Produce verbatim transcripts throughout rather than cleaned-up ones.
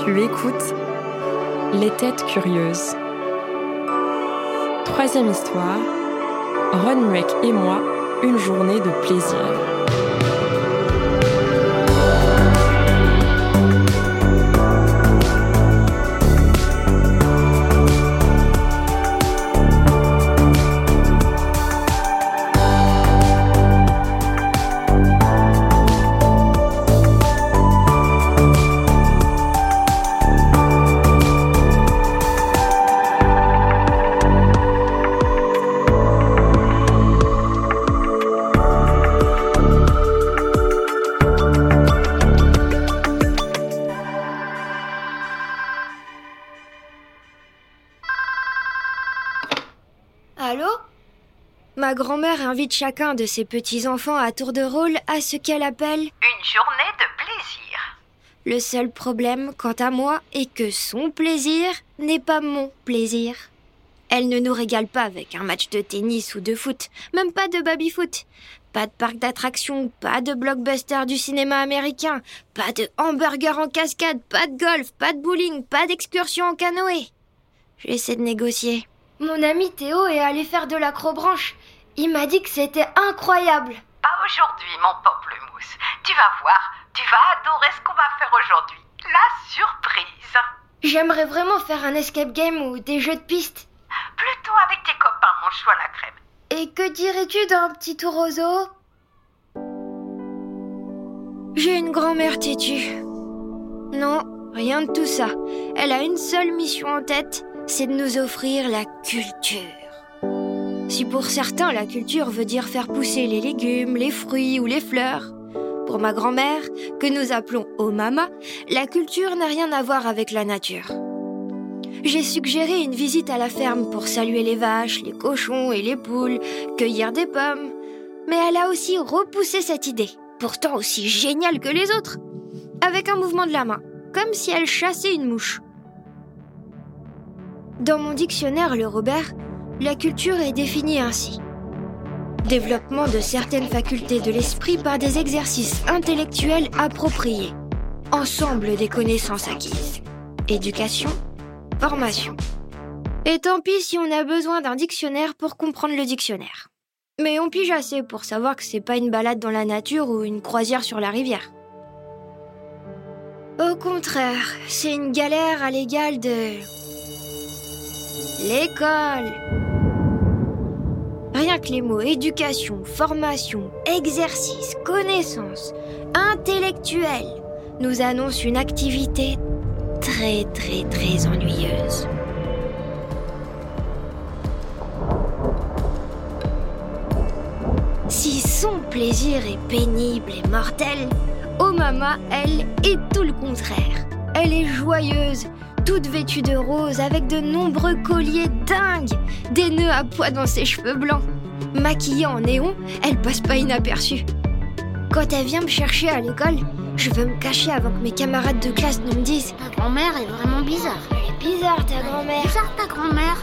Tu écoutes Les Têtes Curieuses. Troisième histoire, Runwreck et moi, une journée de plaisir. Allô ? Ma grand-mère invite chacun de ses petits-enfants à tour de rôle à ce qu'elle appelle une journée de plaisir. Le seul problème, quant à moi, est que son plaisir n'est pas mon plaisir. Elle ne nous régale pas avec un match de tennis ou de foot, même pas de baby-foot. Pas de parc d'attractions, pas de blockbuster du cinéma américain, pas de hamburger en cascade, pas de golf, pas de bowling, pas d'excursion en canoë. J'essaie de négocier. Mon ami Théo est allé faire de l'acrobranche. Il m'a dit que c'était incroyable. Pas aujourd'hui, mon pamplemousse. Tu vas voir, tu vas adorer ce qu'on va faire aujourd'hui. La surprise. J'aimerais vraiment faire un escape game ou des jeux de piste. Plutôt avec tes copains, mon chou à la crème. Et que dirais-tu d'un petit tour au zoo ? J'ai une grand-mère têtue. Non, rien de tout ça. Elle a une seule mission en tête, c'est de nous offrir la culture. Si pour certains, la culture veut dire faire pousser les légumes, les fruits ou les fleurs, pour ma grand-mère, que nous appelons Omama, la culture n'a rien à voir avec la nature. J'ai suggéré une visite à la ferme pour saluer les vaches, les cochons et les poules, cueillir des pommes. Mais elle a aussi repoussé cette idée, pourtant aussi géniale que les autres, avec un mouvement de la main, comme si elle chassait une mouche. Dans mon dictionnaire, le Robert, la culture est définie ainsi. Développement de certaines facultés de l'esprit par des exercices intellectuels appropriés. Ensemble des connaissances acquises. Éducation, formation. Et tant pis si on a besoin d'un dictionnaire pour comprendre le dictionnaire. Mais on pige assez pour savoir que c'est pas une balade dans la nature ou une croisière sur la rivière. Au contraire, c'est une galère à l'égal de... l'école. Rien que les mots éducation, formation, exercice, connaissance, intellectuel nous annoncent une activité très très très ennuyeuse. Si son plaisir est pénible et mortel, Omama, elle, est tout le contraire. Elle est joyeuse, toute vêtue de rose, avec de nombreux colliers dingues, des nœuds à pois dans ses cheveux blancs. Maquillée en néon, elle passe pas inaperçue. Quand elle vient me chercher à l'école, je veux me cacher avant que mes camarades de classe ne me disent « Ta grand-mère est vraiment bizarre. » Elle est bizarre, ta grand-mère. Bizarre, ta grand-mère.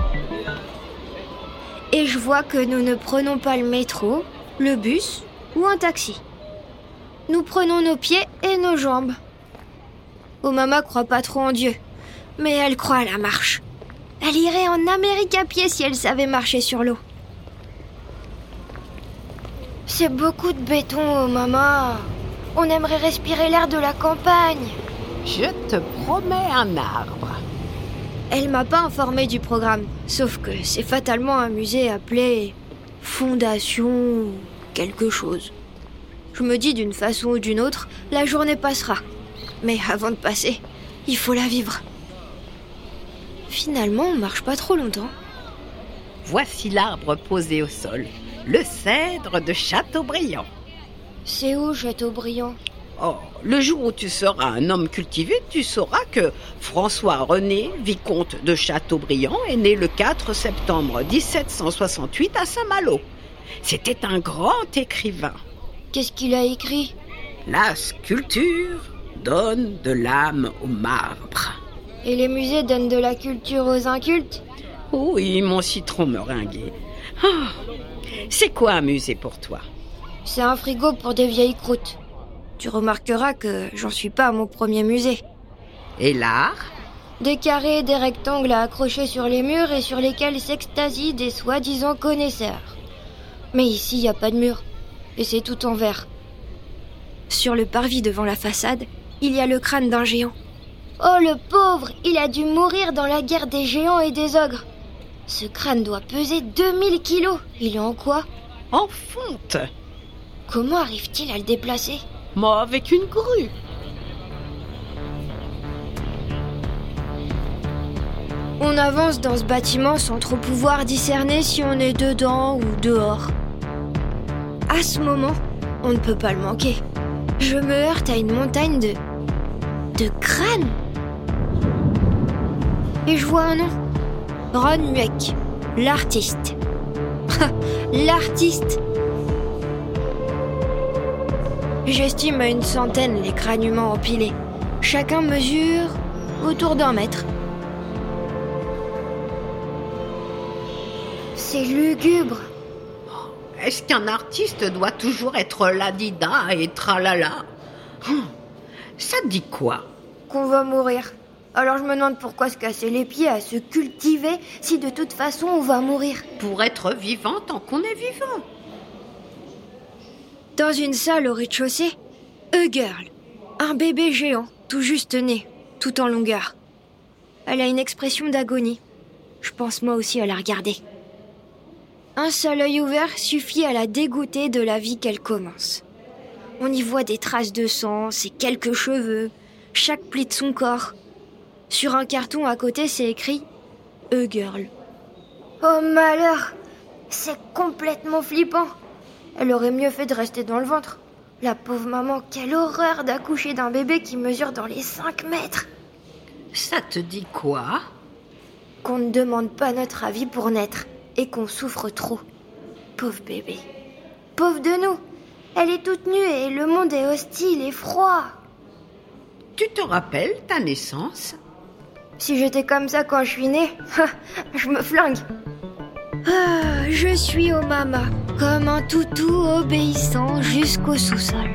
Et je vois que nous ne prenons pas le métro, le bus ou un taxi. Nous prenons nos pieds et nos jambes. Omama croit pas trop en Dieu, mais elle croit à la marche. Elle irait en Amérique à pied si elle savait marcher sur l'eau. C'est beaucoup de béton, Omama. On aimerait respirer l'air de la campagne. Je te promets un arbre. Elle m'a pas informée du programme, sauf que c'est fatalement un musée appelé Fondation quelque chose. Je me dis d'une façon ou d'une autre, la journée passera. Mais avant de passer, il faut la vivre. Finalement, on marche pas trop longtemps. Voici l'arbre posé au sol, le cèdre de Châteaubriand. C'est où, Châteaubriand ? Oh, le jour où tu seras un homme cultivé, tu sauras que François-René, vicomte de Châteaubriand, est né le quatre septembre dix-sept cent soixante-huit à Saint-Malo. C'était un grand écrivain. Qu'est-ce qu'il a écrit ? La sculpture donne de l'âme au marbre. Et les musées donnent de la culture aux incultes ? Oui, mon citron meringué. Oh, c'est quoi un musée pour toi ? C'est un frigo pour des vieilles croûtes. Tu remarqueras que j'en suis pas à mon premier musée. Et l'art? Des carrés et des rectangles à accrocher sur les murs et sur lesquels s'extasient des soi-disant connaisseurs. Mais ici, il n'y a pas de mur. Et c'est tout en verre. Sur le parvis devant la façade, il y a le crâne d'un géant. Oh, le pauvre! Il a dû mourir dans la guerre des géants et des ogres. Ce crâne doit peser deux mille kilos. Il est en quoi? En fonte. Comment arrive-t-il à le déplacer? Moi, avec une grue. On avance dans ce bâtiment sans trop pouvoir discerner si on est dedans ou dehors. À ce moment, on ne peut pas le manquer. Je me heurte à une montagne de... de crânes. Et je vois un nom. Ron Mueck, l'artiste. L'artiste. J'estime à une centaine les crânes humains empilés. Chacun mesure autour d'un mètre. C'est lugubre. Est-ce qu'un artiste doit toujours être ladida et tralala? Hum, Ça te dit quoi? Qu'on va mourir. Alors je me demande pourquoi se casser les pieds à se cultiver si de toute façon on va mourir. Pour être vivant tant qu'on est vivant. Dans une salle au rez-de-chaussée, A Girl, un bébé géant, tout juste né, tout en longueur. Elle a une expression d'agonie. Je pense moi aussi à la regarder. Un seul œil ouvert suffit à la dégoûter de la vie qu'elle commence. On y voit des traces de sang, ses quelques cheveux, chaque pli de son corps. Sur un carton à côté, c'est écrit « A Girl ». Oh malheur! C'est complètement flippant. Elle aurait mieux fait de rester dans le ventre. La pauvre maman, quelle horreur d'accoucher d'un bébé qui mesure dans les cinq mètres. Ça te dit quoi? Qu'on ne demande pas notre avis pour naître et qu'on souffre trop. Pauvre bébé. Pauvre de nous. Elle est toute nue et le monde est hostile et froid. Tu te rappelles ta naissance? Si j'étais comme ça quand je suis née, je me flingue. Ah, je suis au mama, comme un toutou obéissant jusqu'au sous-sol.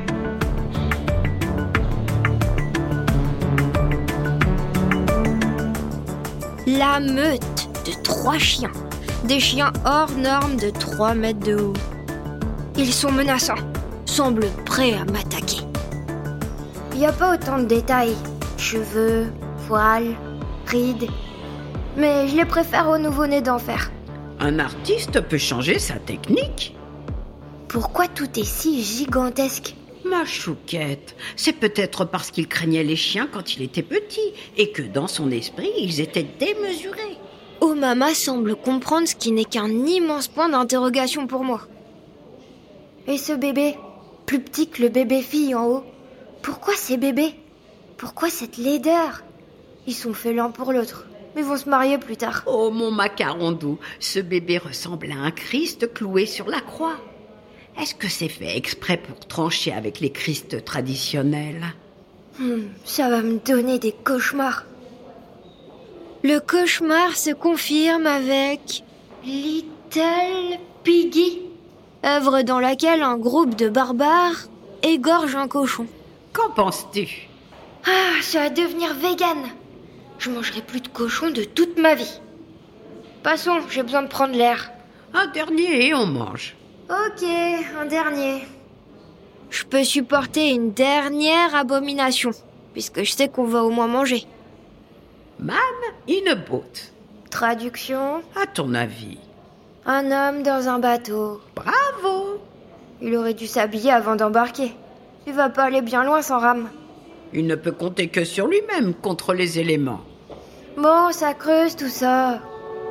La meute de trois chiens. Des chiens hors normes de trois mètres de haut. Ils sont menaçants, semblent prêts à m'attaquer. Il n'y a pas autant de détails. Cheveux, poils, rides. Mais je les préfère aux nouveau-nés d'enfer. Un artiste peut changer sa technique. Pourquoi tout est si gigantesque? Ma chouquette, c'est peut-être parce qu'il craignait les chiens quand il était petit et que dans son esprit, ils étaient démesurés. Oh, Mama semble comprendre ce qui n'est qu'un immense point d'interrogation pour moi. Et ce bébé, plus petit que le bébé fille en haut, pourquoi ces bébés? Pourquoi cette laideur? Ils sont faits l'un pour l'autre, mais vont se marier plus tard. Oh, mon macaron doux, ce bébé ressemble à un Christ cloué sur la croix. Est-ce que c'est fait exprès pour trancher avec les Christ traditionnels? hmm, Ça va me donner des cauchemars. Le cauchemar se confirme avec Little Piggy, œuvre dans laquelle un groupe de barbares égorge un cochon. Qu'en penses-tu? Ah, ça va devenir vegan. Je mangerai plus de cochon de toute ma vie. Passons, j'ai besoin de prendre l'air. Un dernier et on mange. Ok, un dernier. Je peux supporter une dernière abomination, puisque je sais qu'on va au moins manger. Man in a boat. Traduction? À ton avis? Un homme dans un bateau. Bravo! Il aurait dû s'habiller avant d'embarquer. Il va pas aller bien loin sans rame. Il ne peut compter que sur lui-même contre les éléments. Bon, ça creuse tout ça.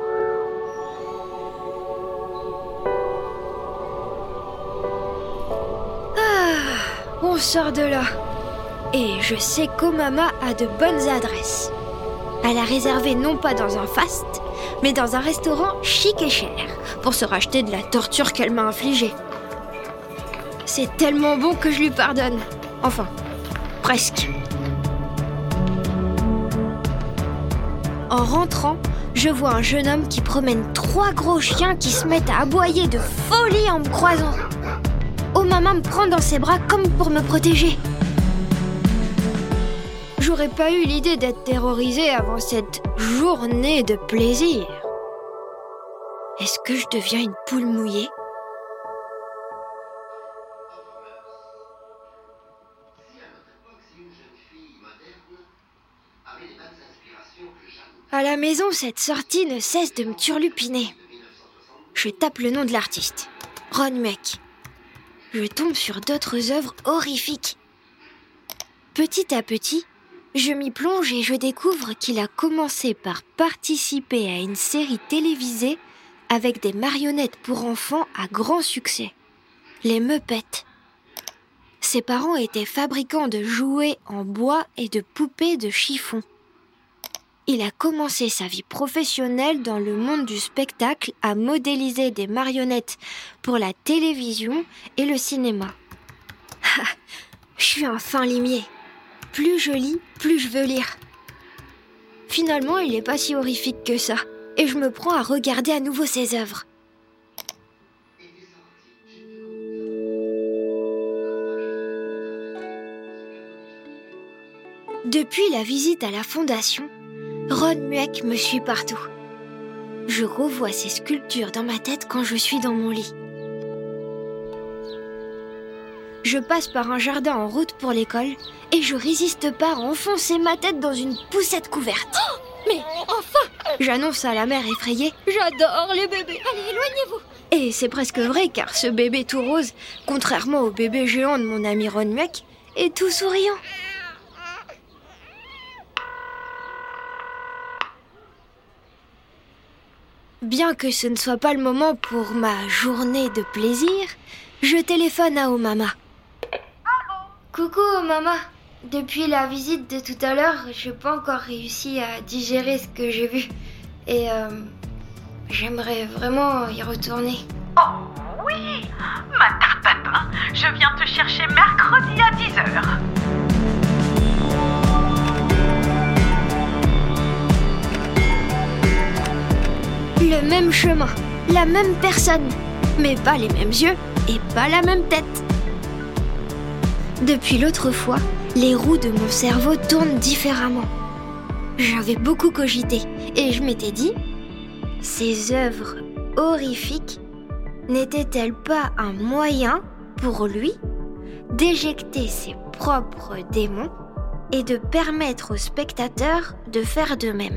Ah, on sort de là. Et je sais qu'Omama a de bonnes adresses. Elle a réservé non pas dans un fast, mais dans un restaurant chic et cher, pour se racheter de la torture qu'elle m'a infligée. C'est tellement bon que je lui pardonne. Enfin, presque. En rentrant, je vois un jeune homme qui promène trois gros chiens qui se mettent à aboyer de folie en me croisant. Oh, maman me prend dans ses bras comme pour me protéger. J'aurais n'aurais pas eu l'idée d'être terrorisée avant cette journée de plaisir. Est-ce que je deviens une poule mouillée ? À la maison, cette sortie ne cesse de me turlupiner. Je tape le nom de l'artiste, Ron Mueck. Je tombe sur d'autres œuvres horrifiques. Petit à petit, je m'y plonge et je découvre qu'il a commencé par participer à une série télévisée avec des marionnettes pour enfants à grand succès, les Muppets. Ses parents étaient fabricants de jouets en bois et de poupées de chiffon. Il a commencé sa vie professionnelle dans le monde du spectacle à modéliser des marionnettes pour la télévision et le cinéma. Ah, je suis un fin limier. Plus je lis, plus je veux lire. Finalement, il n'est pas si horrifique que ça, et je me prends à regarder à nouveau ses œuvres. Depuis la visite à la fondation, Ron Mueck me suit partout. Je revois ses sculptures dans ma tête quand je suis dans mon lit. Je passe par un jardin en route pour l'école et je résiste pas à enfoncer ma tête dans une poussette couverte. Oh, mais enfin! J'annonce à la mère effrayée. J'adore les bébés, allez, éloignez-vous! Et c'est presque vrai car ce bébé tout rose, contrairement au bébé géant de mon ami Ron Mueck, est tout souriant. Bien que ce ne soit pas le moment pour ma journée de plaisir, je téléphone à Omama. Coucou Omama, depuis la visite de tout à l'heure, je n'ai pas encore réussi à digérer ce que j'ai vu. Et euh, j'aimerais vraiment y retourner. Oh oui, ma tarte à pain, je viens te chercher mercredi à dix heures. Le même chemin, la même personne, mais pas les mêmes yeux et pas la même tête. Depuis l'autre fois, les roues de mon cerveau tournent différemment. J'avais beaucoup cogité et je m'étais dit, ces œuvres horrifiques n'étaient-elles pas un moyen pour lui d'éjecter ses propres démons et de permettre aux spectateurs de faire de même ?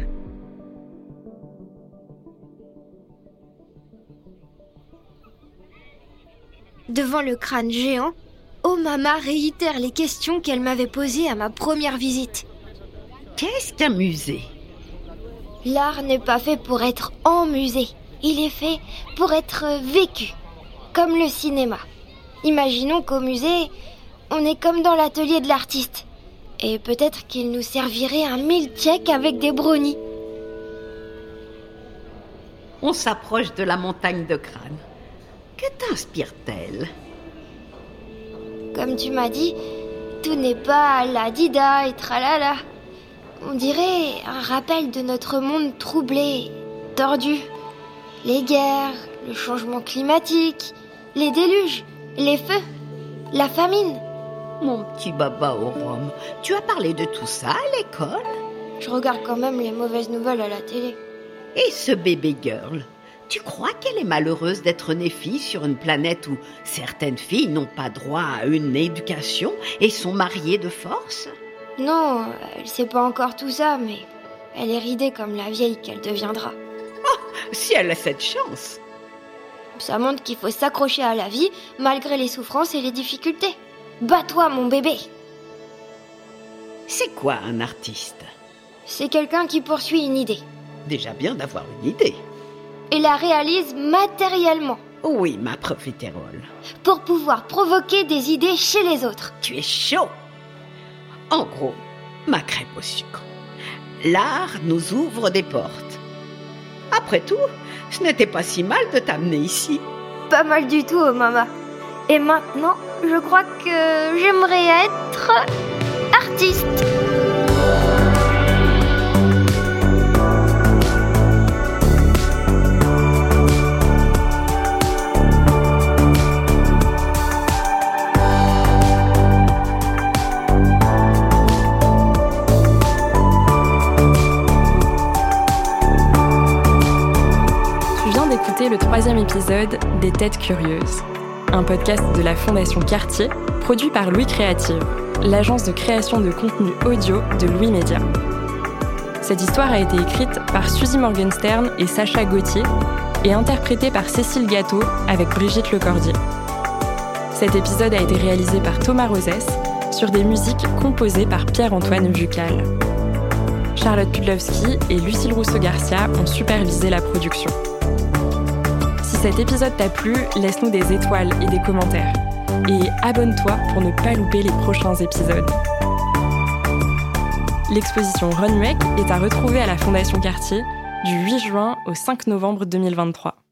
Devant le crâne géant, Omama réitère les questions qu'elle m'avait posées à ma première visite. Qu'est-ce qu'un musée ? L'art n'est pas fait pour être en musée. Il est fait pour être vécu, comme le cinéma. Imaginons qu'au musée, on est comme dans l'atelier de l'artiste. Et peut-être qu'il nous servirait un milkshake avec des brownies. On s'approche de la montagne de crâne. Que t'inspire-t-elle ? Comme tu m'as dit, tout n'est pas la dida et tralala. On dirait un rappel de notre monde troublé, tordu. Les guerres, le changement climatique, les déluges, les feux, la famine. Mon petit baba au rhum, tu as parlé de tout ça à l'école ? Je regarde quand même les mauvaises nouvelles à la télé. Et ce bébé girl ? Tu crois qu'elle est malheureuse d'être née fille sur une planète où certaines filles n'ont pas droit à une éducation et sont mariées de force ? Non, elle sait pas encore tout ça, mais elle est ridée comme la vieille qu'elle deviendra. Oh, si elle a cette chance ! Ça montre qu'il faut s'accrocher à la vie malgré les souffrances et les difficultés. Bats-toi, mon bébé ! C'est quoi un artiste ? C'est quelqu'un qui poursuit une idée. Déjà bien d'avoir une idée. Et la réalise matériellement. Oui, ma profiterole. Pour pouvoir provoquer des idées chez les autres. Tu es chaud. En gros, ma crêpe au sucre. L'art nous ouvre des portes. Après tout, ce n'était pas si mal de t'amener ici. Pas mal du tout, oh maman. Et maintenant, je crois que j'aimerais être artiste. troisième épisode des Têtes Curieuses, un podcast de la Fondation Cartier, produit par Louis Créative, l'agence de création de contenu audio de Louis Média. Cette histoire a été écrite par Suzy Morgenstern et Sacha Gauthier et interprétée par Cécile Gâteau avec Brigitte Lecordier. Cet épisode a été réalisé par Thomas Rosès sur des musiques composées par Pierre-Antoine Vucal. Charlotte Pudlowski et Lucille Rousseau-Garcia ont supervisé la production. Si cet épisode t'a plu, laisse-nous des étoiles et des commentaires. Et abonne-toi pour ne pas louper les prochains épisodes. L'exposition Runway est à retrouver à la Fondation Cartier du huit juin au cinq novembre deux mille vingt-trois.